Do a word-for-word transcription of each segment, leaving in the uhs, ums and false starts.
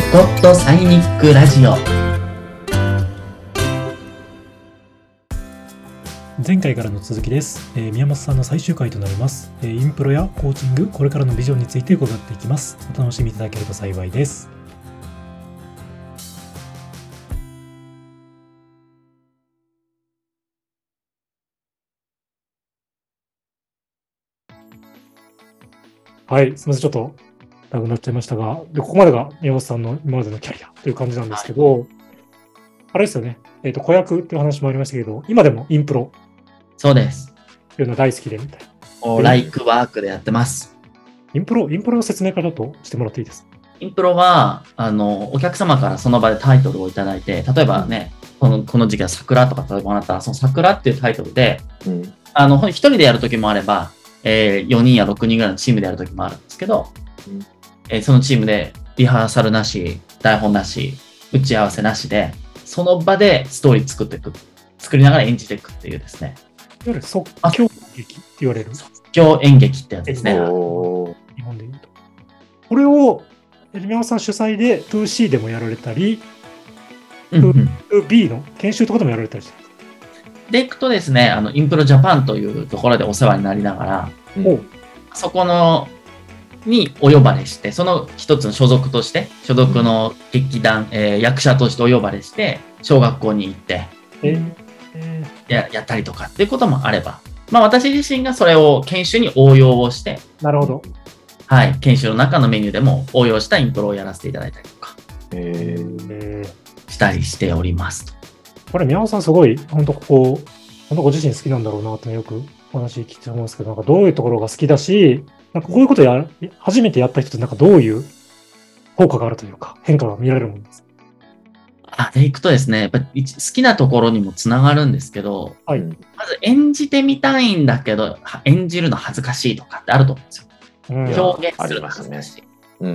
スコット・サイニックラジオ。 前回からの続きです、えー、宮本さんの最終回となります、えー、インプロやコーチング、これからのビジョンについて伺っていきます。お楽しみいただけると幸いです。はい、すみません、ちょっと長くなっちゃいましたが、でここまでが宮本さんの今までのキャリアという感じなんですけど、はい、あれですよね、えーと、子役っていう話もありましたけど、今でもインプロそうです。 っていうのは大好きでみたいな。 ライクワークでやってます。 インプロ、インプロの説明からとしてもらっていいですか？ インプロは、あの、お客様からその場でタイトルをいただいて、例えばね、うん、この、この時期は桜とか例えばもらったら、その桜っていうタイトルで、うん、あの、一人でやるときもあれば、えー、よにんやろくにんぐらいのチームでやるときもあるんですけど、うんえー、そのチームでリハーサルなし、台本なし、打ち合わせなしで、その場でストーリー作っていく、作りながら演じていくっていうですね。 いわゆる即興演劇って言われる。 即興演劇ってやつですね。日本で言うと。これを、宮本さん主催で ツーシー でもやられたり、うんうん、ツービー の研修とかでもやられたりしてる。 でいくとですね、あの、インプロジャパンというところでお世話になりながら、うん、そこの、にお呼ばれして、その一つの所属として、所属の劇団、えー、役者としてお呼ばれして、小学校に行って、えーえー、や, やったりとかっていうこともあれば、まあ私自身がそれを研修に応用をして、 なるほど。 はい、研修の中のメニューでも応用したインプロをやらせていただいたりとか、 えー、 したりしておりますと。 これ宮本さんすごい、本当ここ、本当ご自身好きなんだろうなってよくお話聞いて思うんですけど、なんかどういうところが好きだし、なんかこういうことや、初めてやった人ってなんかどういう効果があるというか、変化が見られるものですか？ あ、でいくとですね、やっぱり好きなところにもつながるんですけど、はい、まず演じてみたいんだけど、演じるの恥ずかしいとかってあると思うんですよ。うん、表現するの恥ずかしい。うんうん、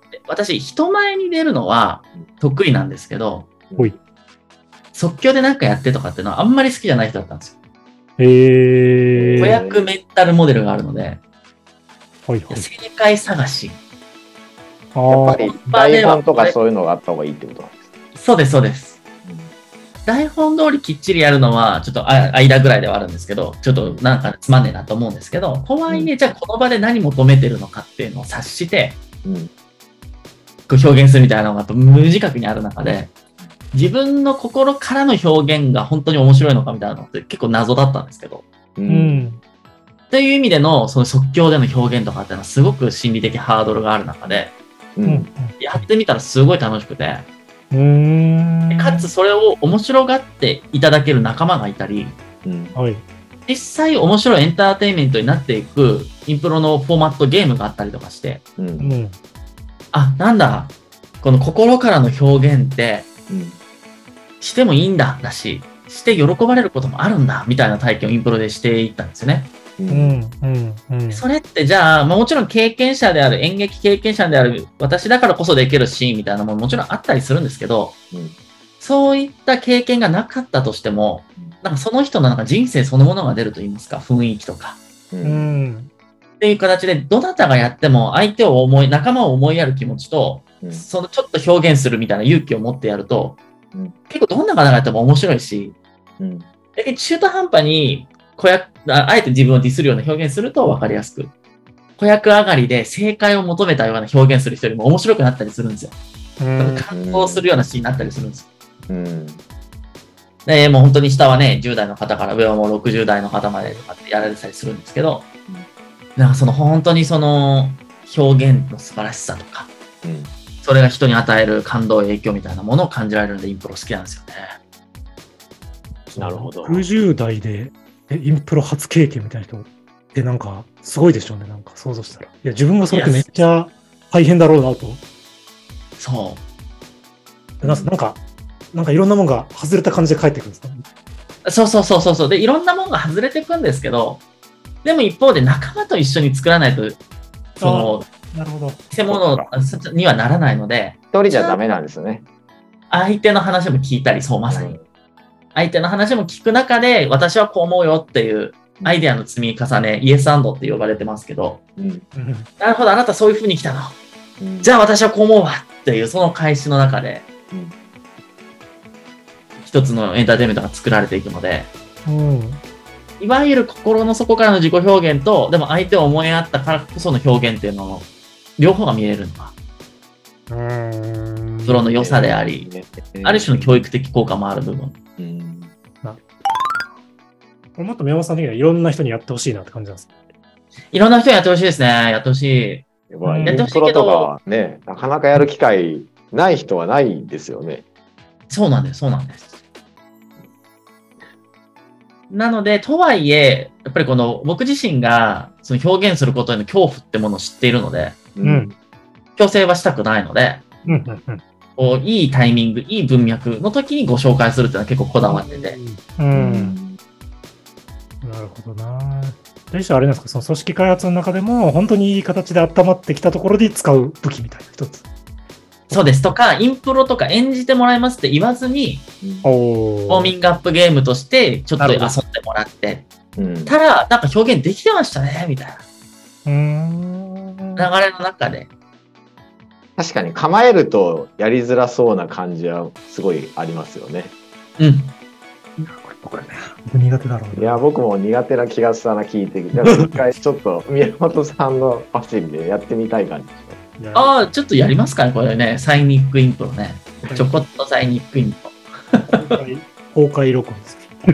私、人前に出るのは得意なんですけど、うん、即興でなんかやってとかっていうのはあんまり好きじゃない人だったんですよ。へー。子役メンタルモデルがあるので、はいはい、正解探し。 あやっぱり台本とかそういうのがあった方がいいってことなんですか？ そうです、そうです。うん、台本通りきっちりやるのは、ちょっと間ぐらいではあるんですけど、ちょっとなんかつまんねえなと思うんですけど、とはいえ、じゃあこの場で何求めてるのかっていうのを察して、うん、こう表現するみたいなのが無自覚にある中で、自分の心からの表現が本当に面白いのかみたいなのって結構謎だったんですけど、うん、という意味でのその即興での表現とかっていうのはすごく心理的ハードルがある中で、うん、やってみたらすごい楽しくて、うーんかつそれを面白がっていただける仲間がいたり、うんはい、実際面白いエンターテインメントになっていくインプロのフォーマットゲームがあったりとかして、うん、あ、なんだ、この心からの表現って、うんしてもいいんだだし、して喜ばれることもあるんだみたいな体験をインプロでしていったんですよね。うんうんうん、それってじゃあ、まあ、もちろん経験者である演劇経験者である私だからこそできるシーンみたいなものももちろんあったりするんですけど、うん、そういった経験がなかったとしても、なんかその人のなんか人生そのものが出ると言いますか、雰囲気とか、うん、っていう形でどなたがやっても相手を思い仲間を思いやる気持ちと、うん、そのちょっと表現するみたいな勇気を持ってやるとうん、結構どんな方がやっても面白いし、うん、中途半端に子役 あ, あえて自分をディスるような表現すると分かりやすく、子役上がりで正解を求めたような表現する人よりも面白くなったりするんですよ。うん感動するようなシーンになったりするんですよ。うんでもう本当に下はね、じゅう代の方から上はもうろくじゅう代の方までとかってやられたりするんですけど、うん、なんかその本当にその表現の素晴らしさとか、うんそれが人に与える感動、影響みたいなものを感じられるので、インプロ好きなんですよね。 なるほど。 ろくじゅう代でインプロ初経験みたいな人ってなんかすごいでしょうね、なんか想像したら。いや、自分がそれってめっちゃ大変だろうなと。 そう。 なんか、なんかいろんなものが外れた感じで返ってくるんですか？ そうそうそうそうそう。で、いろんなものが外れていくんですけど、でも一方で仲間と一緒に作らないと、その、 なるほど。 偽物にはならないので。 一人じゃダメなんですね。 相手の話も聞いたり、そう、まさに。うん、相手の話も聞く中で、私はこう思うよっていうアイデアの積み重ね、うん、イエスアンドって呼ばれてますけど、うん、なるほど、あなたそういう風に来たの。うん、じゃあ私はこう思うわっっていうその開始の中で、 うん一つのエンターテインメントが作られていくので、 うん。 いわゆる心の底からの自己表現と、でも相手を思い合ったからこその表現っていうのの、両方が見えるのが、 うーん。 プロの良さであり、ある種の教育的効果もある部分。 うんこれもっと宮本さん的にはいろんな人にやってほしいなって感じなんですか？ いろんな人にやってほしいですね。やってほしい。 まあ、 うんインプロとかはね、なかなかやる機会ない人はないですよね。 そうなんです、そうなんです。なので、とはいえ、やっぱりこの僕自身がその表現することへの恐怖ってものを知っているので、 うん。 強制はしたくないので、 うんうんうん。 こういいタイミング、いい文脈の時にご紹介するっていうのは結構こだわってて。 う。 うんんなるほどな。でしょあれなんですか、その組織開発の中でも、本当にいい形で温まってきたところで使う武器みたいな一つ。 そうです。とか、インプロとか演じてもらいますって言わずに、 おウォーミングアップゲームとしてちょっと遊んでもらって、 うんただ、なんか表現できてましたね、みたいなうーん。 流れの中で。 確かに構えるとやりづらそうな感じはすごいありますよね。 うん。 これね、苦手だろうね。 いや、僕も苦手な気がしたな、聞いて。だから一回ちょっと宮本さんのパシリでやってみたい感じですね。 いやああ、ちょっとやりますかね、これね。サイニックインプロね。ちょこっとサイニックインプロ。 公開公開録音です。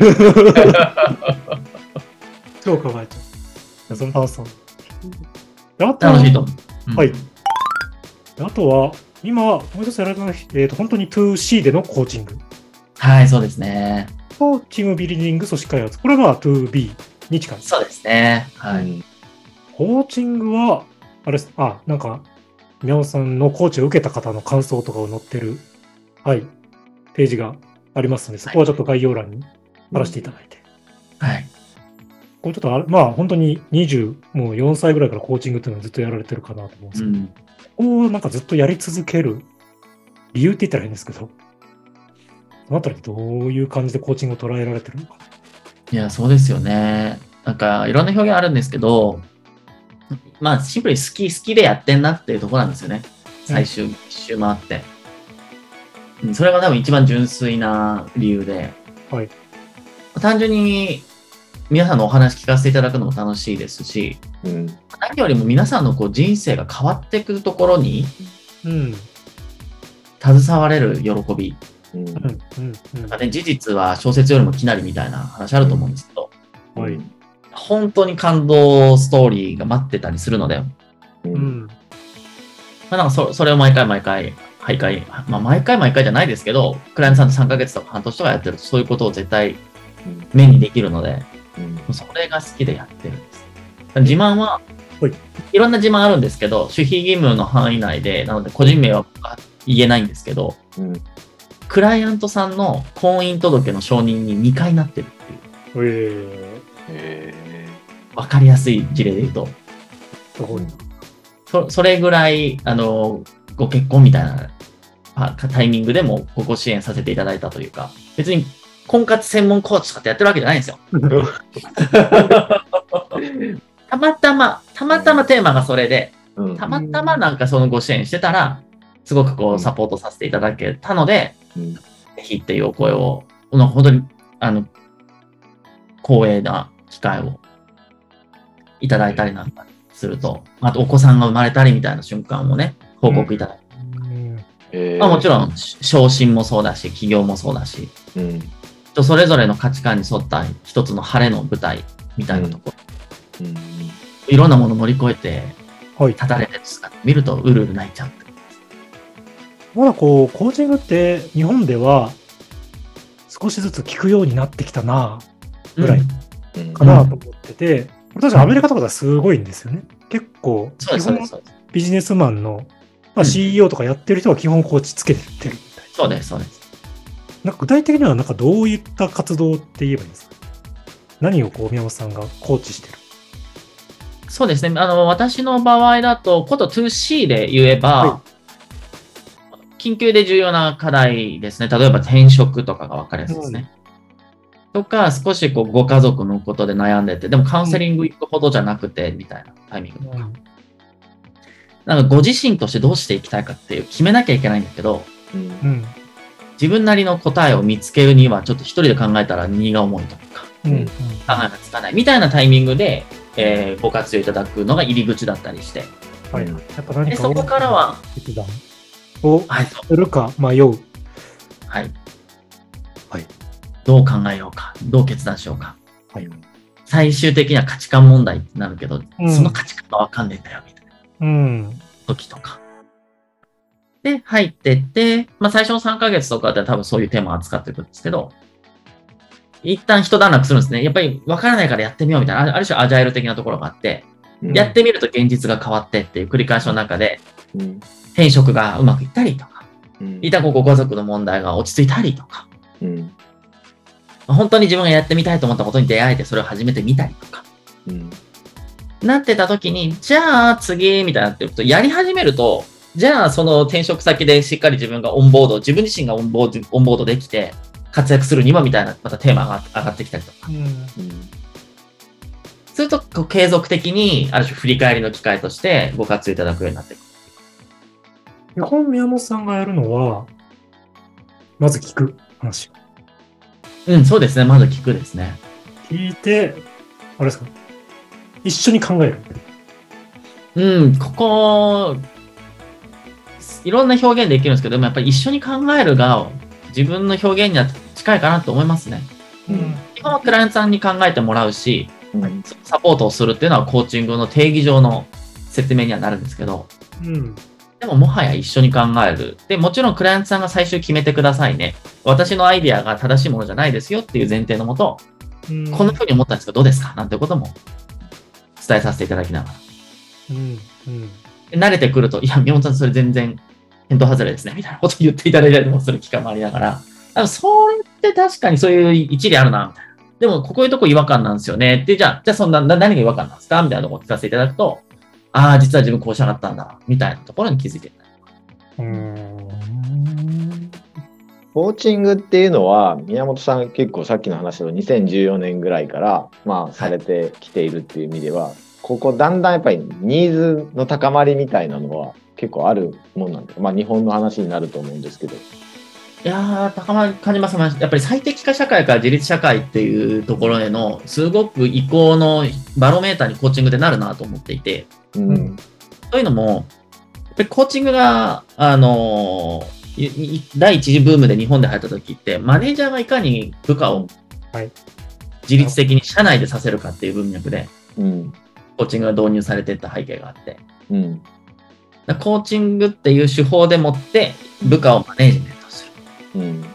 超考えちゃう。いや、その楽しそう。であとは楽しいと思う。うんはい。あとは、今、もう一つやられたのは、えーと、本当に ツーシー でのコーチングはい、そうですね。 とチームビルディング、組織開発。これは ツービー に近い。 そうですね。はい。 うんコーチングは、あれです。あ、なんか、宮本さんのコーチを受けた方の感想とかを載ってる、はい、ページがありますので、そこはちょっと概要欄に貼らせていただいて。 はい。 これちょっとあれ、まあ、本当ににじゅう、もうよんさいぐらいからコーチングっていうのをずっとやられてるかなと思うんですけど、 うん。 ここをなんかずっとやり続ける理由って言ったら変ですけど、そのあたりどういう感じでコーチングを捉えられてるのか。 いや、そうですよね。なんか、いろんな表現あるんですけど、まあ、シンプルに好き、好きでやってんなっていうところなんですよね。最終、一周回って。うんそれが多分一番純粋な理由で、 はい。 単純に皆さんのお話聞かせていただくのも楽しいですし、 うん何よりも皆さんのこう人生が変わっていくところにうん。 携われる喜び。 うんうん。うん。うんなんかね、事実は小説よりもきなりみたいな話あると思うんですけど、 はい。 本当に感動ストーリーが待ってたりするので、まううんん。 あ、なんかそそれを毎回毎回、毎回、まあ、毎回毎回じゃないですけど、クライアントさんとさんかげつとか半年とかやってると、そういうことを絶対目にできるので、 うんそれが好きでやってるんです。自慢ははい、 いろんな自慢あるんですけど、守秘義務の範囲内で、なので個人名は言えないんですけど、 うんクライアントさんの婚姻届の承認ににかいなってるっていう、 えへわかりやすい事例で言うと、 ー、すごいな。 そそれぐらい、あの、ご結婚みたいなあタイミングでもごご支援させていただいたというか、別に婚活専門コーチとかってやってるわけじゃないんですよ。たまたま、たまたまテーマがそれで、 うんたまたまなんかそのご支援してたら、すごくこうサポートさせていただけたので、 うんぜひっていうお声を、なんか本当に、あの、光栄な機会をいただいたりなんかすると、あとお子さんが生まれたりみたいな瞬間もね、報告いただいて、 うん。 へーまあ、もちろん、昇進もそうだし、起業もそうだし、 うん人それぞれの価値観に沿った一つの晴れの舞台みたいなところ、 うんいろんなものを乗り越えてはい。 立たれてる姿見るとうるうる泣いちゃう。 まだこう、コーチングって日本では少しずつ聞くようになってきたな、ぐらいうんかなと思ってて、俺たちアメリカとかではすごいんですよね。結構、 そうです、そうです、そうです。 ビジネスマンの、まあ、 うんシーイーオー とかやってる人は基本コーチつけてるみたいそうです、そうです。 な。なんか具体的にはなんかどういった活動って言えばいいんですか？何をこう宮本さんがコーチしてる？ そうですね。あの、私の場合だと、こと ツーシー で言えば、 は緊急で重要な課題ですね。例えば転職とかが分かりやすいですね。とか、少しこうご家族のことで悩んでて、でもカウンセリング行くほどじゃなくて、みたいなタイミングとか。 なんかご自身としてどうしていきたいかっていう決めなきゃいけないんだけど、 うんうん。 自分なりの答えを見つけるにはちょっと一人で考えたら荷が重いとか、 うん。うん。 考えがつかないみたいなタイミングで、えーご活用いただくのが入り口だったりして、 はい。やっぱ何かでそこからは、 決断をはい、そうするか迷う。 はい。 はい。 どう考えようか、どう決断しようか。 はい。 最終的には価値観問題ってなるけど、 うんその価値観がわかんねえんだよ、みたいなうん。 時とか。で、入ってって、まあ最初のさんかげつとかで多分そういうテーマを扱っていくんですけど、一旦一段落するんですね。やっぱりわからないからやってみようみたいな、あるある種アジャイル的なところがあって、 うんやってみると現実が変わってっていう繰り返しの中で、 うん転職がうまくいったりとか、 うんいたご家族の問題が落ち着いたりとか、 うん本当に自分がやってみたいと思ったことに出会えてそれを始めてみたりとか、 うんなってた時に、じゃあ次みたいになってると、やり始めると、じゃあその転職先でしっかり自分がオンボード、自分自身がオンボード、オンボードできて活躍するにはみたいなまたテーマが上がってきたりとか、 うん。 するとこう継続的にある種振り返りの機会としてご活用いただくようになっていく。 基本宮本さんがやるのは、まず聞く話。 うん、そうですね。まず聞くですね。 聞いて、あれですか、一緒に考える。 うん、ここ、いろんな表現できるんですけど、でもやっぱり一緒に考えるが自分の表現には近いかなと思いますね。 うん基本はクライアントさんに考えてもらうし、 うんサポートをするっていうのはコーチングの定義上の説明にはなるんですけど、 うん。 でももはや一緒に考える。で、もちろんクライアントさんが最終決めてくださいね。私のアイディアが正しいものじゃないですよっていう前提のもと、 うん。 こんな風に思ったんですけどどうですかなんてことも伝えさせていただきながら。 うん。うん。 で慣れてくると、いや、宮本さんそれ全然返答外れですね。みたいなことを言っていただいたりもする機会もありながら、あのそれって確かにそういう一理あるな、みたいな。でも、ここいうとこ違和感なんですよね。で、じゃあ、じゃあそんな、な何が違和感なんですかみたいなところを聞かせていただくと、ああ、実は自分こうしたかったんだ、みたいなところに気づいていただく。 うーん。 コーチングっていうのは、宮本さん結構さっきの話のにせんじゅうよねんぐらいから、まあ、されてきているっていう意味では、ここだんだんやっぱりニーズの高まりみたいなのは結構あるもんなんですか。まあ、日本の話になると思うんですけど。 いやー、高まり感じます。やっぱり最適化社会から自立社会っていうところへの、すごく移行のバロメーターにコーチングでなるなと思っていて、 うん。 というのも、やっぱりコーチングが、あのーいい第一次ブームで日本で入った時って、マネージャーがいかに部下をはい自律的に社内でさせるかっていう文脈で、 うん。 コーチングが導入されていった背景があって、 うん。 だからコーチングっていう手法でもって部下をマネージメントする。 うん。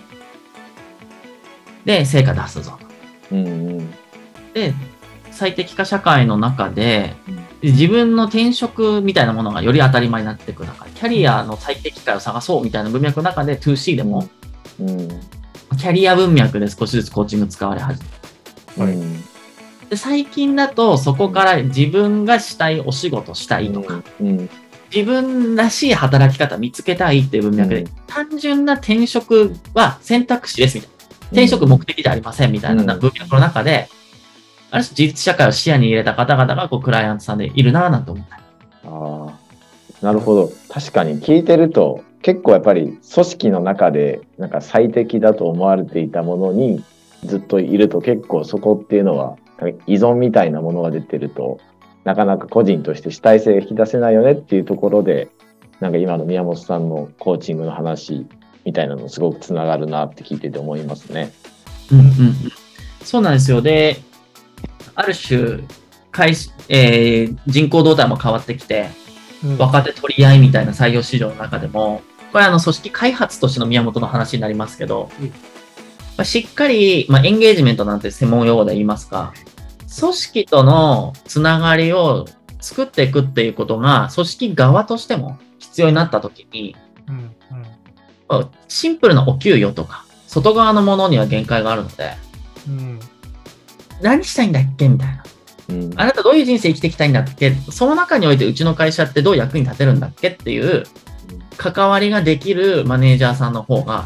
で、成果出すぞと。 うん。うん。 で、最適化社会の中でうん、 自分の転職みたいなものがより当たり前になっていく中で、キャリアの最適解を探そうみたいな文脈の中で ツーシー でも、 うん。 キャリア文脈で少しずつコーチング使われ始める。 うん。 で最近だとそこから自分がしたいお仕事したいとか、 うん。 自分らしい働き方見つけたいっていう文脈で、 うん単純な転職は選択肢ですみたいな。転職目的じゃありませんみたいなうん文脈の中で、ある種自立社会を視野に入れた方々がこうクライアントさんでいるなぁなんて思ったり。 ああ、なるほど。確かに聞いてると、結構やっぱり組織の中でなんか最適だと思われていたものにずっといると結構そこっていうのは依存みたいなものが出てると、なかなか個人として主体性が引き出せないよねっていうところで、なんか今の宮本さんのコーチングの話みたいなのすごくつながるなって聞いてて思いますね。 うんうんうん。そうなんですよ。で、ある種、会社えー人口動態も変わってきて、 うん若手取り合いみたいな採用市場の中でも、これはあの組織開発としての宮本の話になりますけど、 うんまあ、しっかり、まあ、エンゲージメントなんて専門用語で言いますが、組織とのつながりを作っていくっていうことが、組織側としても必要になったときに、 うんうんシンプルなお給与とか、外側のものには限界があるので、 うん何したいんだっけみたいな。 うん。 あなたどういう人生生きていきたいんだっけ、その中においてうちの会社ってどう役に立てるんだっけっていう関わりができるマネージャーさんの方が、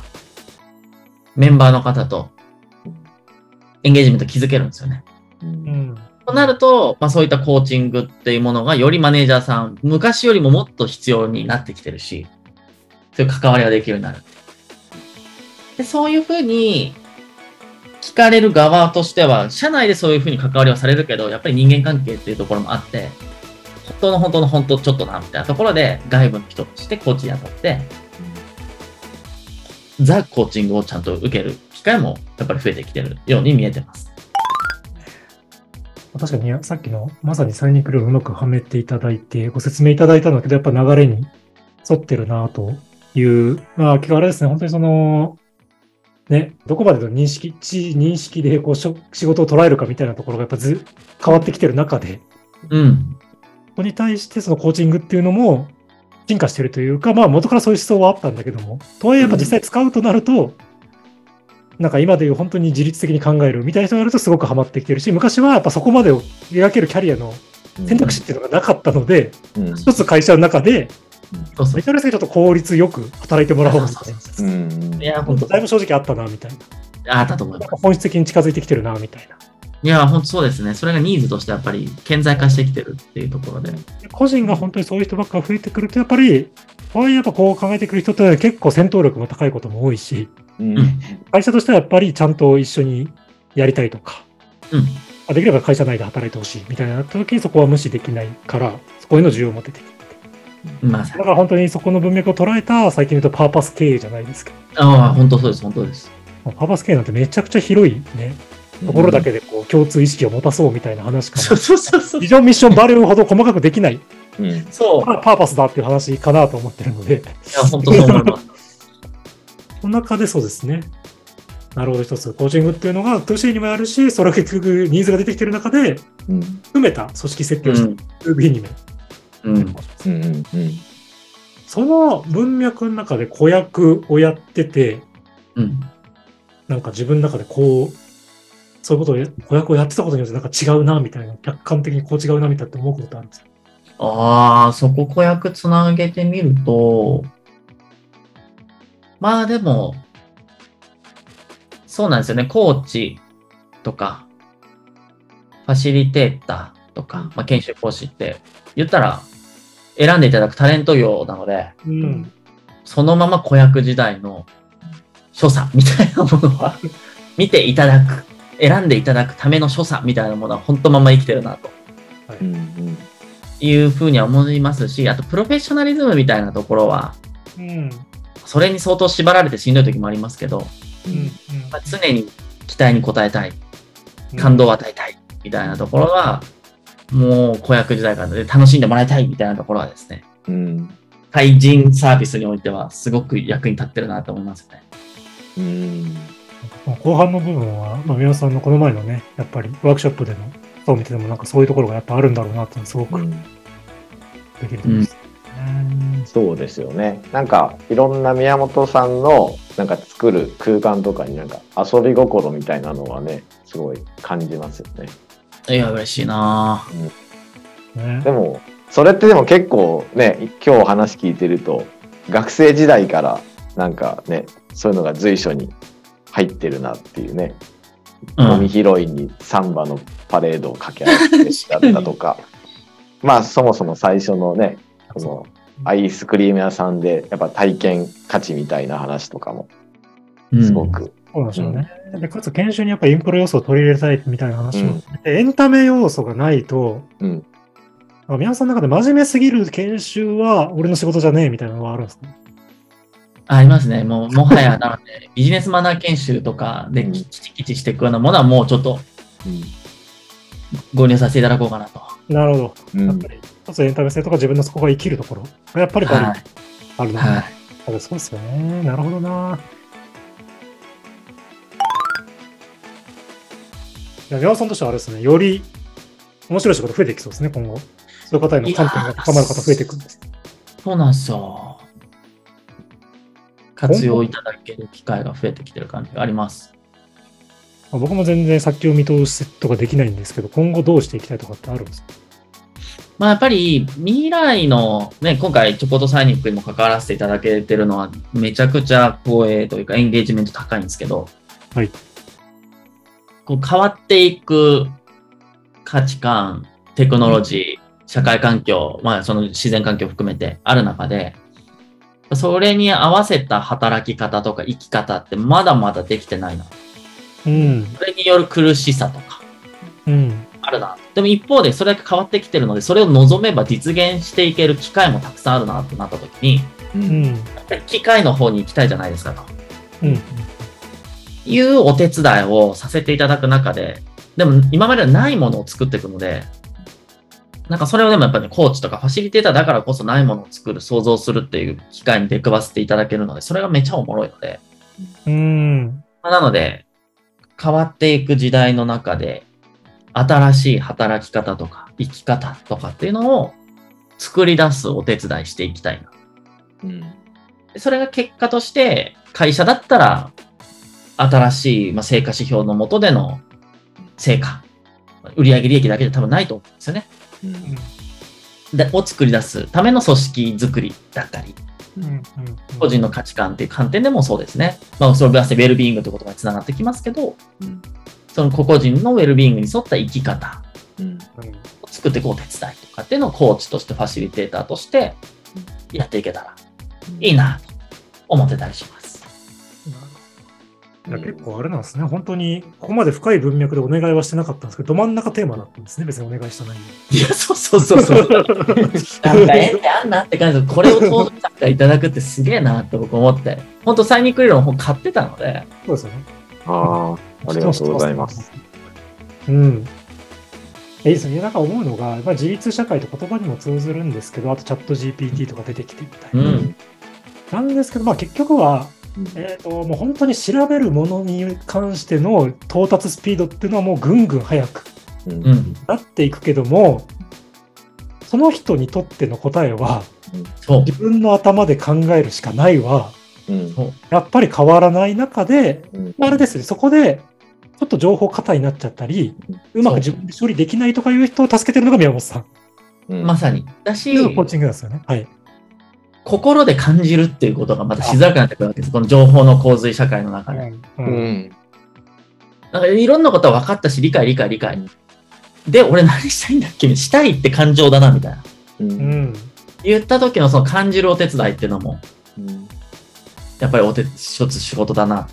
メンバーの方とエンゲージメント築けるんですよね。 うんうんとなると、まあ、そういったコーチングっていうものがよりマネージャーさん、昔よりももっと必要になってきてるし、そういう関わりができるようになる。で、そういうふうに聞かれる側としては、社内でそういうふうに関わりはされるけど、やっぱり人間関係っていうところもあって、本当の本当の本当ちょっとな、みたいなところで外部の人としてコーチ雇って、ザ・コーチングをちゃんと受ける機会もやっぱり増えてきてるように見えてます。 確かにさっきのまさにサイニックルをうまくはめていただいて、ご説明いただいたんだけど、やっぱ流れに沿ってるなという、まあ結構あれですね、本当にその、ね、どこまでの認識、知認識でこう仕事を捉えるかみたいなところがやっぱず変わってきてる中で、 うん。 ここに対してそのコーチングっていうのも進化してるというか、まあ元からそういう思想はあったんだけども、とはいえやっぱ実際使うとなると、うん、なんか今でいう本当に自律的に考えるみたいな人がやるとすごくハマってきてるし、昔はやっぱそこまでを描けるキャリアの選択肢っていうのがなかったので、うん、一つ会社の中で、うん、めちゃめちゃちょっと効率よく働いてもらおうみたいな。うん、いや、本当だいぶ正直あったな、みたいな。 あったと思います。 本質的に近づいてきてるな、みたいな。 いや、本当そうですね。それがニーズとしてやっぱり顕在化してきてるっていうところで。 個人が本当にそういう人ばっか増えてくると、やっぱり、こういうやっぱこう考えてくる人って結構戦闘力も高いことも多いし、うん、会社としてはやっぱりちゃんと一緒にやりたいとか、うん、できれば会社内で働いてほしいみたいな時にそこは無視できないから、そこへの需要も出てきて。まあ、だから本当にそこの文脈を捉えた、最近言うとパーパス経営じゃないですか。 ああ、本当そうです、本当です。 パーパス経営なんてめちゃくちゃ広いね、ところだけでこう共通意識を持たそうみたいな話かな。そうそうそうそう。ビジョンミッションバリューほど細かくできない。うん、そう。パーパスだっていう話かなと思ってるので。いや、本当そう思います。 その中でそうですね。なるほど、一つ、コーチングっていうのが、トゥーシー にもやるし、それが結局ニーズが出てきてる中で、うん、含めた組織設計をして、ツービー にも。うんうんうん、その文脈の中で子役をやってて、うん、なんか自分の中でこう、そういうことを、子役をやってたことによってなんか違うな、みたいな、客観的にこう違うな、みたいなって思うことってあるんですか？ ああ、そこ子役つなげてみると、まあでも、そうなんですよね。コーチとか、ファシリテーターとか、まあ、研修講師って、言ったら、選んでいただくタレント業なので、うん、そのまま子役時代の所作みたいなものは、見ていただく、選んでいただくための所作みたいなものは、本当まま生きてるなと。はい、いうふうには思いますし、あと、プロフェッショナリズムみたいなところは、うん、それに相当縛られてしんどい時もありますけど、うんうんまあ、常に期待に応えたい、感動を与えたいみたいなところは、もう子役時代からで楽しんでもらいたいみたいなところはですね、うん、対人サービスにおいてはすごく役に立ってるなと思いますね。 うん後半の部分は、まあ、宮本さんのこの前のね、やっぱりワークショップでのそう見ててもなんかそういうところがやっぱあるんだろうなってすごくできると思います。 うん、そうですよね。なんかいろんな宮本さんのなんか作る空間とかになんか遊び心みたいなのはね、すごい感じますよね。 いや嬉しいな、 うんね、でもそれってでも結構ね、今日話聞いてると学生時代からなんかね、そういうのが随所に入ってるなっていうね、ゴミ拾いにサンバのパレードを掛け合わせてだったとかまあそもそも最初のね、このアイスクリーム屋さんでやっぱ体験価値みたいな話とかもすごく、うん、 そうなんでしょうね、うん、でかつ研修にやっぱインプロ要素を取り入れたいみたいな話も、うん、エンタメ要素がないと、うん、宮本さんの中で真面目すぎる研修は俺の仕事じゃねえみたいなのはあるんですか？ ありますね。もうもはやなのでビジネスマナー研修とかでキチキチしていくようなものはもうちょっとご入させていただこうかなと。 なるほど。やっぱり一つエンタメ性とか自分のそこが生きるところがやっぱりバリあるので、はいはい、そうですよね。なるほどな。宮本さんとしてはあれですね、より面白い仕事増えていきそうですね、今後。そういう方への観点が高まる方増えていくんです。 そうなんですよ。活用いただける機会が増えてきてる感じがあります。 僕も全然先を見通すとかできないんですけど、今後どうしていきたいとかってあるんですか？ まあやっぱり未来のね、今回チョコとサイニックにも関わらせていただけてるのはめちゃくちゃ光栄というかエンゲージメント高いんですけど、はい。こう変わっていく価値観、テクノロジー、社会環境、まあその自然環境を含めてある中で、それに合わせた働き方とか生き方ってまだまだできてないな。 うん。 それによる苦しさとか、 うん。 あるな。でも一方でそれだけ変わってきてるので、それを望めば実現していける機会もたくさんあるなってなった時に、 うん。 機会の方に行きたいじゃないですかと。 うん。 いうお手伝いをさせていただく中で、でも今まではないものを作っていくので、なんかそれをでもやっぱり、ね、コーチとかファシリテーターだからこそないものを作る、想像するっていう機会に出くわせていただけるので、それがめちゃおもろいので。 うん。 なので、変わっていく時代の中で、新しい働き方とか生き方とかっていうのを作り出すお手伝いしていきたいな。 うん、 それが結果として、会社だったら、新しい、まあ、成果指標の下での成果、売上利益だけで多分ないと思うんですよね。うん、でを作り出すための組織作りだったり、うんうんうん、個人の価値観っていう観点でもそうですね。まあ、それはウェルビーイングという言葉につながってきますけど、うん、その個々人のウェルビーイングに沿った生き方を作っていくお手伝いとかっていうのをコーチとしてファシリテーターとしてやっていけたらいいなと思ってたりします。 いや結構あれなんですね。本当に、ここまで深い文脈でお願いはしてなかったんですけど、ど真ん中テーマだったんですね。別にお願いした内容。 いや、そうそうそうそう。なんか縁ってあんなって感じで、これを登場さいただくってすげえなって僕思って、本当サイニック理論を本買ってたので。 そうですよね。 ああ、ありがとうございます。 うん。いいですね。なんか思うのが、まあ、自立社会と言葉にも通ずるんですけど、あとチャット ジーピーティー とか出てきてみたいな。うん、なんですけど、まあ結局は、えーと、もう本当に調べるものに関しての到達スピードっていうのはもうぐんぐん速くなっていくけども、うん、その人にとっての答えは、うん、自分の頭で考えるしかないは、うん、やっぱり変わらない中で、うん、あれですね、そこでちょっと情報過多になっちゃったり、うん、うまく自分で処理できないとかいう人を助けてるのが宮本さん。 うん、まさに。だし、 コーチングなんですよね。はい。 心で感じるっていうことがまたしづらくなってくるわけです。この情報の洪水社会の中で。うんうん、なんかいろんなことは分かったし、理解、理解、理解。で、俺何したいんだっけしたいって感情だな、みたいな。うん、言った時のその感じるお手伝いっていうのも、うん、やっぱりお手一つ仕事だな。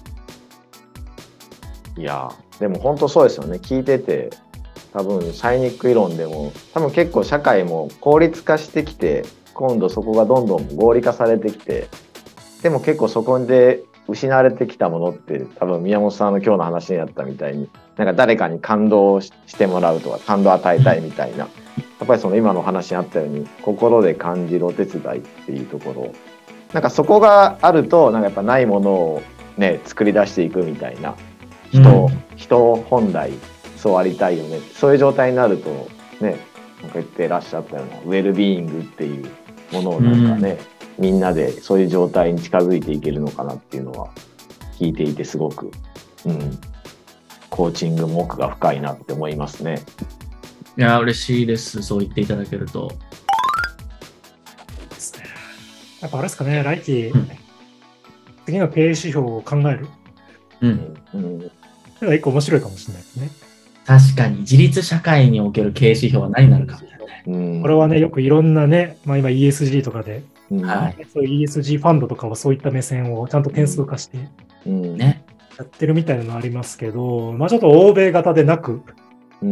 いや、でも本当そうですよね。聞いてて、多分サイニック理論でも、多分結構社会も効率化してきて、今度そこがどんどん合理化されてきて、でも結構そこで失われてきたものって多分宮本さんの今日の話にあったみたいに、なんか誰かに感動してもらうとか感動を与えたいみたいな、やっぱりその今の話にあったように心で感じるお手伝いっていうところ、なんかそこがあるとなんかやっぱないものをね作り出していくみたいな、人、うん、人本来そうありたいよね、そういう状態になるとね、なんか言ってらっしゃったようなウェルビーイングっていうものをなんかね、うん、みんなでそういう状態に近づいていけるのかなっていうのは聞いていてすごく、うん、コーチングも奥が深いなって思いますね。 いや嬉しいです、そう言っていただけると。 やっぱあれですかね、来期、うん、次の経営指標を考える。 うんうん。それが一個面白いかもしれないですね。 確かに自立社会における経営指標は何になるかみたいな。 うん、これはね、よくいろんなね、まあ、今 イーエスジー とかで、うんはい、そういう イーエスジー ファンドとかはそういった目線をちゃんと点数化して、うんね、やってるみたいなのありますけど、まあちょっと欧米型でなく、うん、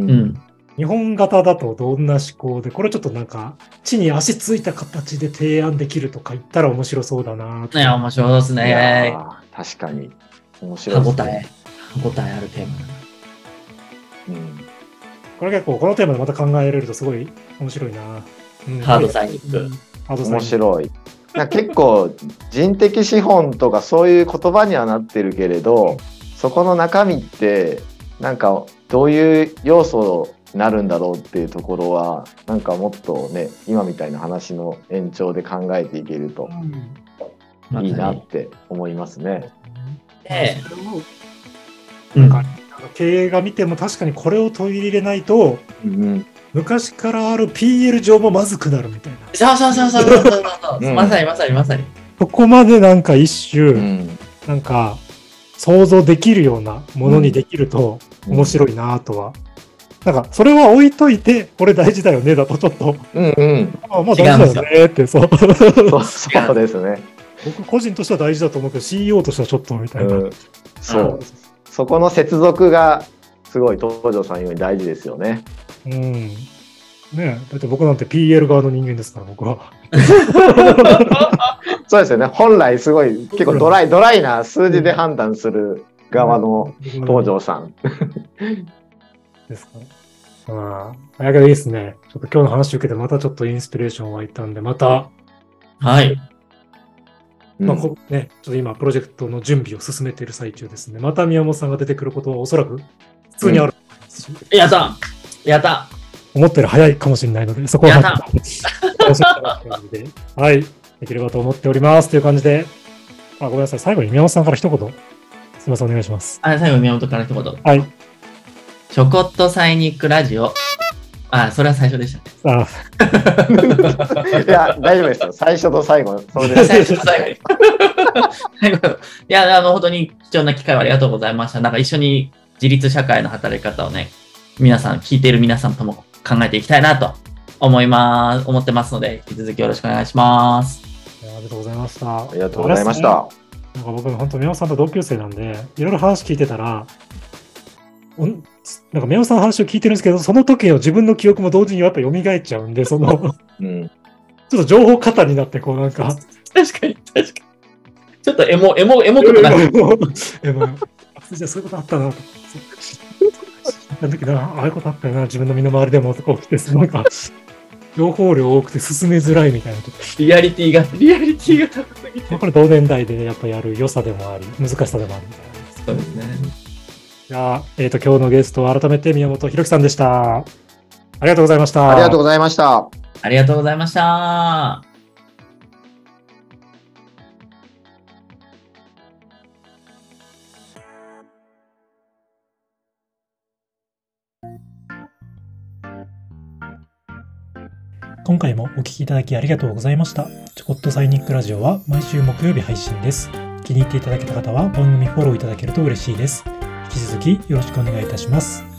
日本型だとどんな思考で、これちょっとなんか地に足ついた形で提案できるとか言ったら面白そうだなね、面白いですね。 確かに面白いですね。 歯応え、歯応えあるテーマだな。 うんこれ結構このテーマでまた考えられるとすごい面白いな。 うん、ハードサイニック。うん、 ハードサイニック面白い。結構人的資本とかそういう言葉にはなってるけれど、そこの中身ってなんかどういう要素になるんだろうっていうところはなんかもっとね今みたいな話の延長で考えていけるといいなって思いますね。 ええ。なんか経営が見ても確かにこれを取り入れないと、うん、昔からある ピーエル 上もまずくなるみたいな。 そうそうそうそうそうそうそう、うん、まさにまさにまさに。 そこまでなんか一種、うん、なんか想像できるようなものにできると面白いなとはなんか、それは置いといて、これ大事だよね、だとちょっと、 うんうん。 あまあ大事だよねって、そう。 そうそうですね。 僕個人としては大事だと思うけど、シーイーオー としてはちょっとみたいな。 うん、そう。そこの接続が、すごい東條さん言うように大事ですよね。 うん。ねえ、だって僕なんて ピーエル 側の人間ですから、僕は。 そうですよね。本来すごい、結構ドライ、ドライな数字で判断する側の東條さん。 ですか。ああ、やけどいいですね。ちょっと今日の話を受けて、またちょっとインスピレーション湧いたんで、また。 はい。 まあこね、ちょっと今、プロジェクトの準備を進めている最中ですね。また宮本さんが出てくることはおそらく普通にあると思いますし、 うん、やったやった思ったより早いかもしれないので、そこは楽しみな感じで、はい、できればと思っておりますという感じで、あ、ごめんなさい、最後に宮本さんから一言、すみません、お願いします。 あ、最後に宮本から一言。 はい。 ちょこっとサイニックラジオ。あ、それは最初でしたね。 あいや、大丈夫ですよ。最初と最後。それで最初と最後に。いや、あの、本当に貴重な機会をありがとうございました。なんか一緒に自立社会の働き方をね、皆さん、聞いている皆さんとも考えていきたいなと思います、思ってますので、引き続きよろしくお願いします。 ありがとうございました。ありがとうございました。なんか僕、本当、宮本さんと同級生なんで、いろいろ話聞いてたら、なんか宮本さんの話を聞いてるんですけど、その時の自分の記憶も同時にやっぱ蘇っちゃうんで、その、うん、ちょっと情報過多になって、こうなんか。 確かに、確かに。ちょっとエモ、エモ、エモくなる。 エモ。じゃあそういうことあったなと。あの時な、ああいうことあったよな、自分の身の回りでもとか起きて、なんか、情報量多くて進めづらいみたいな。 リアリティが、リアリティが高すぎて。 これ同年代でやっぱやる良さでもあり、難しさでもあるみたいな。 そうですね。 じゃあ、えっと、今日のゲストは改めて宮本浩樹さんでした。ありがとうございました。 ありがとうございました。 ありがとうございました。 今回もお聞きいただきありがとうございました。ちょこっとサイニックラジオは毎週木曜日配信です。気に入っていただけた方は番組フォローいただけると嬉しいです。引き続きよろしくお願いいたします。